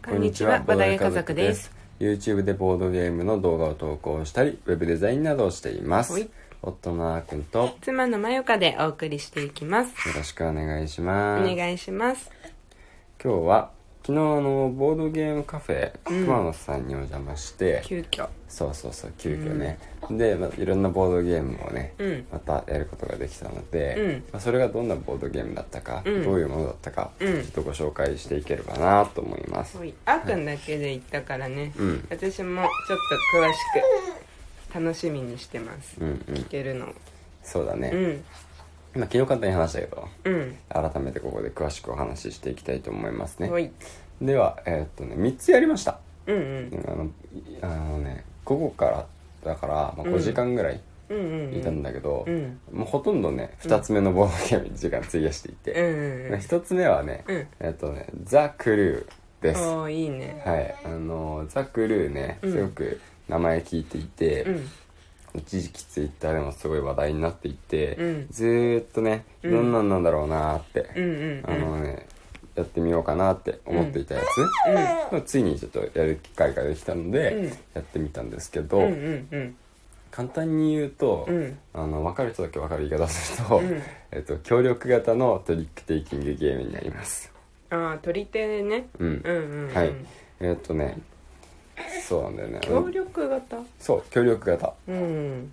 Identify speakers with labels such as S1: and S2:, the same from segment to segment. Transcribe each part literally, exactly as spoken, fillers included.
S1: こんにちは、ボードゲー家族です。
S2: YouTube でボードゲームの動画を投稿したりウェブデザインなどをしています。夫のあーくんと
S1: 妻のまよかでお送りしていきます。
S2: よろしくお願いします。
S1: お願いします。
S2: 今日は昨日あのボードゲームカフェ、うん、熊野さんにお邪魔して
S1: 急遽
S2: そうそうそう急遽ね、うん、で、まあ、いろんなボードゲームをね、うん、またやることができたので、うんまあ、それがどんなボードゲームだったか、うん、どういうものだったか、うん、ちょっとご紹介していければなと思います。
S1: あーくんだけで行ったからね、はい、私もちょっと詳しく楽しみにしてます、うんうん、聞けるの。
S2: そうだね、うんまあ、昨日簡単に話したけど、うん、改めてここで詳しくお話ししていきたいと思いますね。では、えー、っとねみっつやりました、うんうん、あのあのね午後からだから、まあ、ごじかんぐらいいたんだけど、うんうんうん、もうほとんどねふたつめのボードゲームに時間費やしていて、うんうんうん、ひとつめはね、うん、えー、っとねザ・クルーです。
S1: おーいいね。
S2: はい、あのザ・クルーねすごく名前聞いていて、うん一時期ツイッターでもすごい話題になっていて、うん、ずーっとねどんなんなんだろうなーって、うんうんうん、あのねやってみようかなって思っていたやつ、うん、ついにちょっとやる機会ができたので、うん、やってみたんですけど、うんうんうん、簡単に言うと、うん、あの分かる人だけ分かる言い方をすると、うんえっと、協力型のトリックテイキングゲームになります。
S1: ああ取り手ね、うん、うんうんうん
S2: はいえっとねそうなんだよね。
S1: 協力型
S2: そう協力型、うん、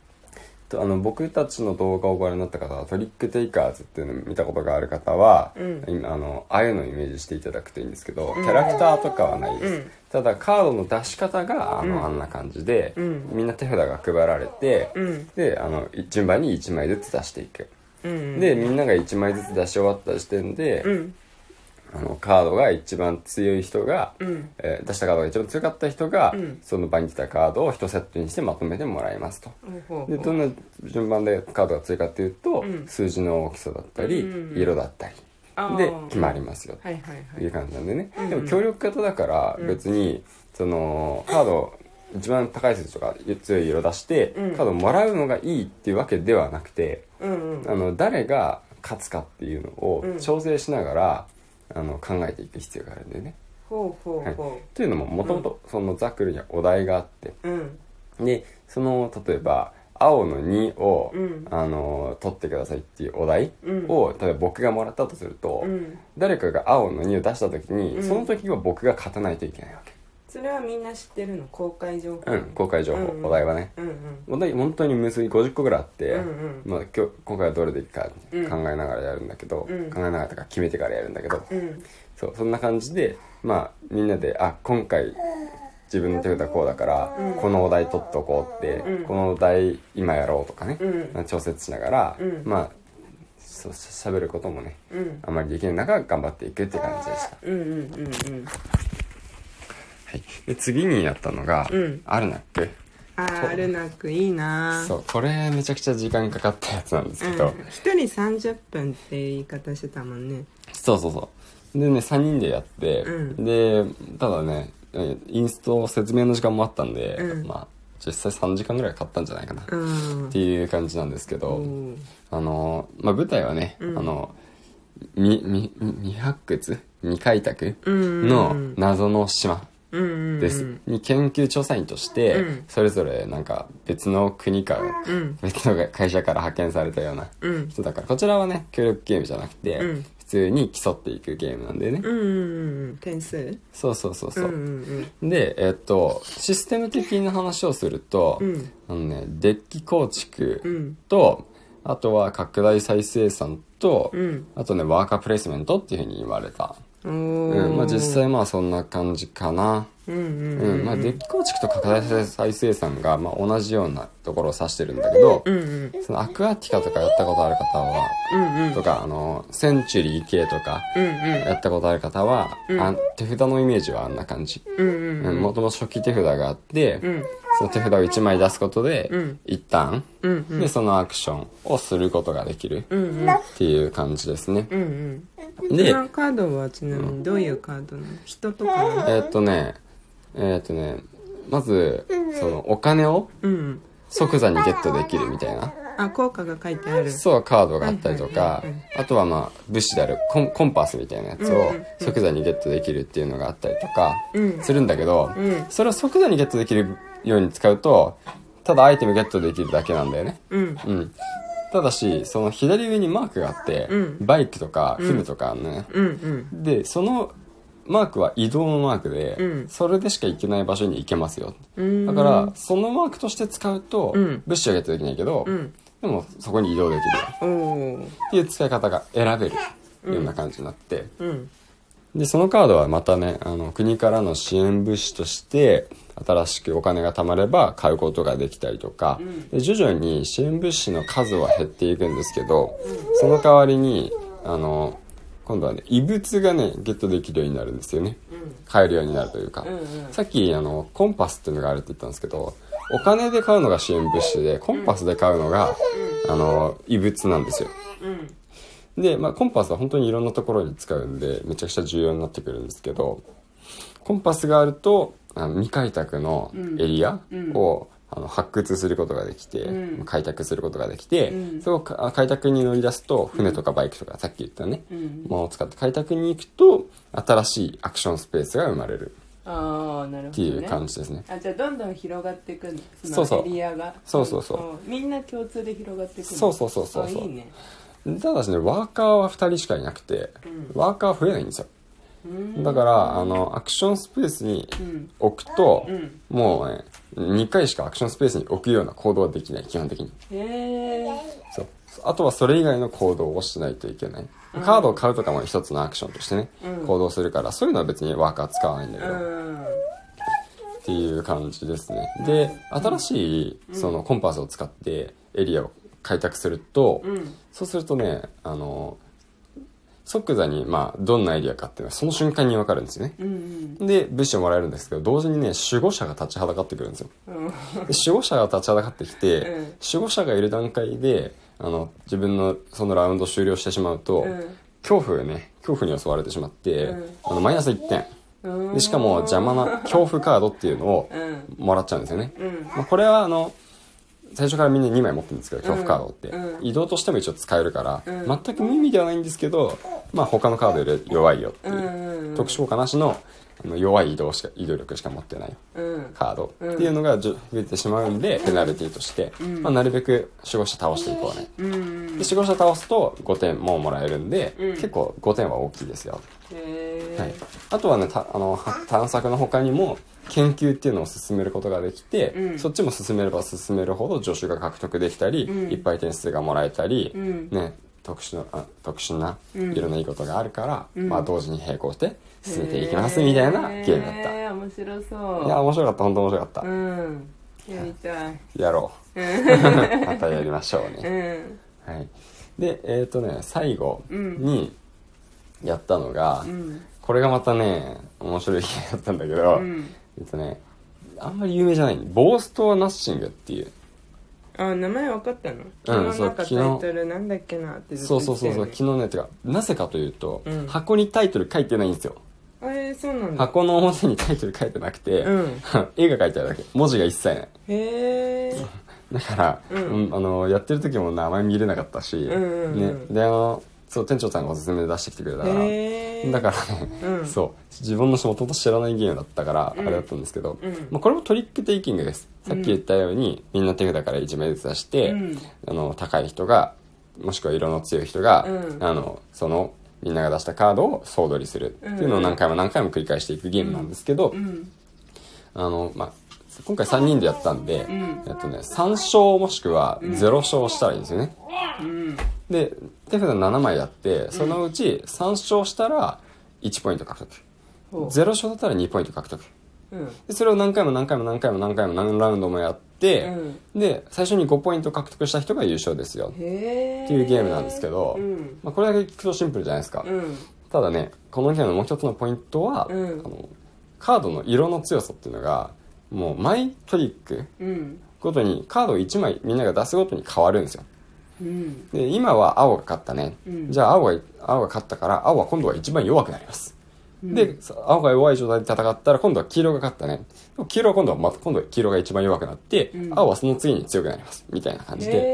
S2: とあの僕たちの動画をご覧になった方はトリックテイカーズっていうのを見たことがある方は、うん、今あのああいうのをイメージしていただくといいんですけど、うん、キャラクターとかはないです、うん、ただカードの出し方があの、うん、あんな感じで、うん、みんな手札が配られて、うん、であの順番にいちまいずつ出していく、うん、でみんながいちまいずつ出し終わった時点で、うんあのカードが一番強い人が、うんえー、出したカードが一番強かった人が、うん、その場に来たカードをいちセットにしてまとめてもらいますと、うん、でどんな順番でカードが強いかっていうと、うん、数字の大きさだったり、うん、色だったりで決まりますよという感じなんでね、はいはいはい、でも協力型だから別に、うん、そのカード一番高い数字とか強い色出して、うん、カードをもらうのがいいっていうわけではなくて、うんうん、あの誰が勝つかっていうのを調整しながら、うんあの考えていく必要があるんでね。
S1: ほうほうほう、はい、
S2: というのももともとそのザクルにはお題があって、うん、でその例えば青のにを、うん、あの取ってくださいっていうお題を、うん、例えば僕がもらったとすると、うん、誰かが青のにを出した時に、うん、その時は僕が勝たないといけないわけ。
S1: それはみんな知ってるの？公開情報？
S2: うん公開情報、うんうん、お題はね、うんうん、お題本当に無数にごじゅっこぐらいあって、うんうんまあ、今日今回はどれでいくか考えながらやるんだけど、うん、考えながらとか決めてからやるんだけど、うん、そうそんな感じでまあみんなであ今回自分の手札こうだから、うん、このお題取っとこうって、うん、このお題今やろうとかね、うん、調節しながら、うん、まあそう喋ることもね、うん、あまりできない中頑張っていくって感じでした。うんうんうんうんはい、で次にやったのが、うん、アルナック。
S1: あーアルナックいいな。
S2: そうこれめちゃくちゃ時間かかったやつなんですけど、
S1: うん、ひとりさんじゅっぷんって言い方してたもんね。
S2: そうそうそうでねさんにんでやって、うん、でただねインスト説明の時間もあったんで、うん、まあ実際さんじかんぐらいかかったんじゃないかな、うん、っていう感じなんですけど、あの、まあ、舞台はね、うん、あの未発掘未開拓の謎の島です、うんうんうん、に研究調査員として、うん、それぞれなんか別の国か、うん、別の会社から派遣されたような人だから、うん、こちらはね協力ゲームじゃなくて、うん、普通に競っていくゲームなんでね、
S1: うんうんうん、点数
S2: そうそうそうそう、うんうんうん、でえー、っとシステム的な話をすると、うん、あのねデッキ構築と、うん、あとは拡大再生産と、うん、あとねワーカープレイスメントっていう風に言われた。うんまあ、実際まあそんな感じかな。うんうんうんうんまあ、デッキ構築と拡大再生産がまあ同じようなところを指してるんだけど、うんうん、そのアクアティカとかやったことある方は、うんうん、とかあのセンチュリー系とかやったことある方は、うんうん、あ手札のイメージはあんな感じ。もともと初期手札があって、うん、その手札をいちまい出すことで、うん、一旦、うんうん、でそのアクションをすることができるっていう感じですね。うん
S1: うん、でカードはちなみにどういうカードなの？人とかなの？
S2: えー、っとねえー、っとねまずそのお金を即座にゲットできるみたいな
S1: あ、効果が書いてある。
S2: そう、カードがあったりとか、あとはまあ物資であるコンコンパスみたいなやつを即座にゲットできるっていうのがあったりとかするんだけど、
S1: うん、
S2: それを即座にゲットできるように使うとただアイテムゲットできるだけなんだよね。
S1: うん、
S2: うんただし、その左上にマークがあって、うん、バイクとか船とかあるのね、
S1: うんうんうん、
S2: でそのマークは移動のマークで、うん、それでしか行けない場所に行けますよ。だからそのマークとして使うと、うん、物資はゲットできないけど、うん、でもそこに移動できるよっていう使い方が選べるような感じになって、うん、でそのカードはまたねあの国からの支援物資として新しくお金が貯まれば買うことができたりとか、うん、で徐々に支援物資の数は減っていくんですけど、うん、その代わりにあの今度はね異物がねゲットできるようになるんですよね、うん、買えるようになるというか、うんうん、さっきあのコンパスっていうのがあるって言ったんですけど、お金で買うのが支援物資でコンパスで買うのが、うん、あの異物なんですよ、うん、で、まあ、コンパスは本当にいろんなところに使うんでめちゃくちゃ重要になってくるんですけど、コンパスがあるとあの未開拓のエリアを、うん、あの発掘することができて、うん、開拓することができて、うん、そこを開拓に乗り出すと船とかバイクとか、うん、さっき言ったね、うん、ものを使って開拓に行くと新しいアクションスペースが生まれるっていう感じですね。
S1: あ、じゃあどんどん広がっていくんですそのエリアが。
S2: そうそうそう
S1: みんな共通で広がっていくん
S2: そうそうそうそうそう。
S1: いいね。
S2: ただしねワーカーはふたりしかいなくて、うん、ワーカーは増えないんですよ。だからあのアクションスペースに置くと、うん、もうねにかいしかアクションスペースに置くような行動はできない基本的に。へー。そう。あとはそれ以外の行動をしないといけない。うん、カードを買うとかも一つのアクションとしてね、うん、行動するからそういうのは別にワーカー使わないんだけど、うん、っていう感じですね。で新しいそのコンパスを使ってエリアを開拓すると、うん、そうするとねあの即座に、まあ、どんなエリアかっていうのはその瞬間に分かるんですよね、うんうん、で物資をもらえるんですけど同時にね守護者が立ちはだかってくるんですよ、うん、で守護者が立ちはだかってきて、うん、守護者がいる段階であの自分のそのラウンド終了してしまうと、うん、恐怖ね恐怖に襲われてしまって、うん、あのマイナスいってんでしかも邪魔な恐怖カードっていうのをもらっちゃうんですよね、うんまあ、これはあの最初からみんなにまい持ってるんですけど恐怖カードって、うん、移動としても一応使えるから、うん、全く無意味ではないんですけど、まあ、他のカードより弱いよっていう、うん、特殊効果なしの弱い移動しか移動力しか持ってないカードっていうのが増えてしまうんで、ペナルティとして、まあ、なるべく守護者倒していこうね、で守護者倒すとごてんももらえるんで、結構ごてんは大きいですよ、はい、あとはねたあの探索の他にも研究っていうのを進めることができて、うん、そっちも進めれば進めるほど助手が獲得できたり、うん、いっぱい点数がもらえたり、うん、ね、特殊なあ特殊ないろんないいことがあるから、うん、まあ同時に並行して進めていきますみたいなゲームだった。
S1: へー、面白そう。
S2: いや面白かった、本当面白かった。
S1: うん、やりたい。
S2: やろう。またやりましょうね。うん、はい。でえっ、ー、とね最後にやったのが、うん、これがまたね面白いゲームだったんだけど。うんえっとね、あんまり有名じゃないボーストはナッシングっていう。
S1: あ、名前分かったの？
S2: うん、そう、
S1: 昨日タイトルなんだっけなってずっと言ってたよね。そうそうそうそう、昨
S2: 日ね、てかなぜかというと、うん、箱にタイトル書いてないんですよ。
S1: えー、そうなんだ。
S2: 箱の表にタイトル書いてなくて、うん、絵が書いてあるだけ、文字が一切ない。へー。だから、うん、あのやってる時も名前見れなかったし、うんうんうん、ね、であのそう店長さんがおすすめで出してきてくれたからだからね、うん、そう自分の仕事と知らないゲームだったから、うん、あれだったんですけど、うんまあ、これもトリックテイキングです、うん、さっき言ったようにみんな手札からいちまいずつ出して、うん、あの高い人がもしくは色の強い人が、うん、あのそのみんなが出したカードを総取りするっていうのを何回も何回も繰り返していくゲームなんですけど、うんうん、あのまあ今回さんにんでやったんで、うん、えっとね、さん勝もしくはゼロ勝したらいいんですよね、うん、で手札ななまいやってそのうちさん勝したらいちポイント獲得、うん、ゼロ勝だったらにポイント獲得、うん、でそれを何回も何回も何回も何回も何ラウンドもやって、うん、で最初にごポイント獲得した人が優勝ですよっていうゲームなんですけど、うんまあ、これだけ聞くとシンプルじゃないですか、うん、ただねこのゲームのもう一つのポイントは、うん、あのカードの色の強さっていうのがもうマイトリックごとにカードをいちまいみんなが出すごとに変わるんですよ、うん、で今は青が勝ったね、うん、じゃあ青が青が勝ったから青は今度は一番弱くなります、うん、で青が弱い状態で戦ったら今度は黄色が勝ったね黄色は今度はまた今度は黄色が一番弱くなって、うん、青はその次に強くなりますみたいな感じで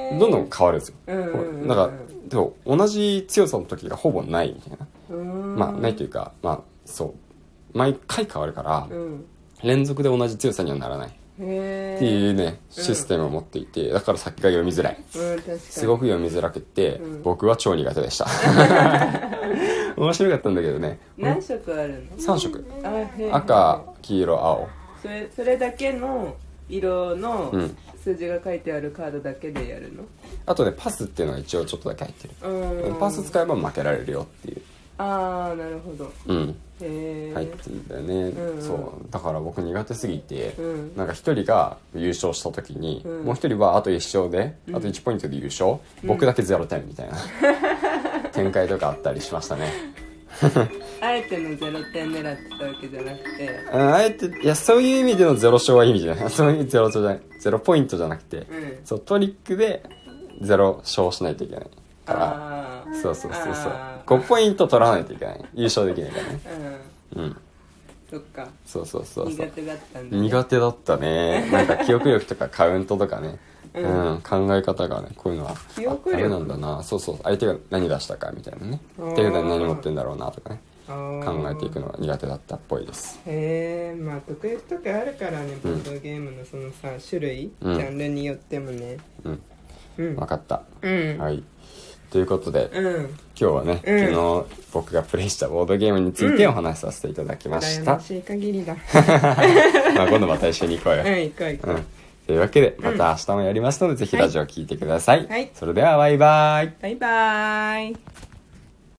S1: ー、
S2: どんどん変わるんですよ、
S1: うんうんうん、
S2: なんかでも同じ強さの時がほぼないみたいな、
S1: うん、
S2: まあないというか、まあそう毎回変わるから、
S1: うん、
S2: 連続で同じ強さにはならないっていうねシステムを持っていて、だから先が読みづらい、
S1: うん、確かに
S2: すごく読みづらくて、
S1: うん、
S2: 僕は超苦手でした面白かったんだけどね。
S1: 何色あるの？
S2: さん色。
S1: あ、
S2: 赤、黄色、青。
S1: それ、それだけの色の数字が書いてあるカードだけでやるの？
S2: あとね、パスっていうのが一応ちょっとだけ入ってる。
S1: うん、
S2: パス使えば負けられるよっていう。
S1: ああ、なるほど。
S2: うん。
S1: へー、
S2: 入ってるんだよね、うんうん、そうだから僕苦手すぎて、うん、なんか一人が優勝した時に、うん、もう一人はあといち勝で、うん、あといちポイントで優勝、うん、僕だけゼロてんみたいな展開とかあったりしましたね
S1: あえてのゼロてん狙ってたわけじゃなくて、
S2: あえていやそういう意味でのゼロ勝は意味じゃないそういうゼロじゃないゼロポイントじゃなくて、うん、そうトリックでゼロ勝しないといけないから、そうそうそうそうごポイント取らないといけない優勝できないからね、うん、うん、
S1: そっか
S2: そうそうそうそう
S1: 苦手だったんだ、ね、
S2: 苦手だったねなんか記憶力とかカウントとかね、うん、うん、考え方がねこういうのは
S1: 記憶力
S2: ダメなんだな、そうそう相手が何出したかみたいなね手札に何持ってんだろうなとかね考えていくのが苦手だったっぽいです。
S1: へえ、まあ得意とかあるからね、ボードゲームのそのさ種類、うん、ジャンルによってもね、
S2: うんうん、分かった、
S1: うん、
S2: はいということで、うん、今日はね、
S1: うん、
S2: 昨日僕がプレイしたボードゲームについてお話しさせていただきました、
S1: うん、羨ましい限りだ
S2: まあ今度また一緒に行こうよ、
S1: うん、行こう行こう、うん、
S2: というわけでまた明日もやりますので、うん、ぜひラジオ聞いてください、
S1: はい、
S2: それではバイバイ
S1: バイバイ。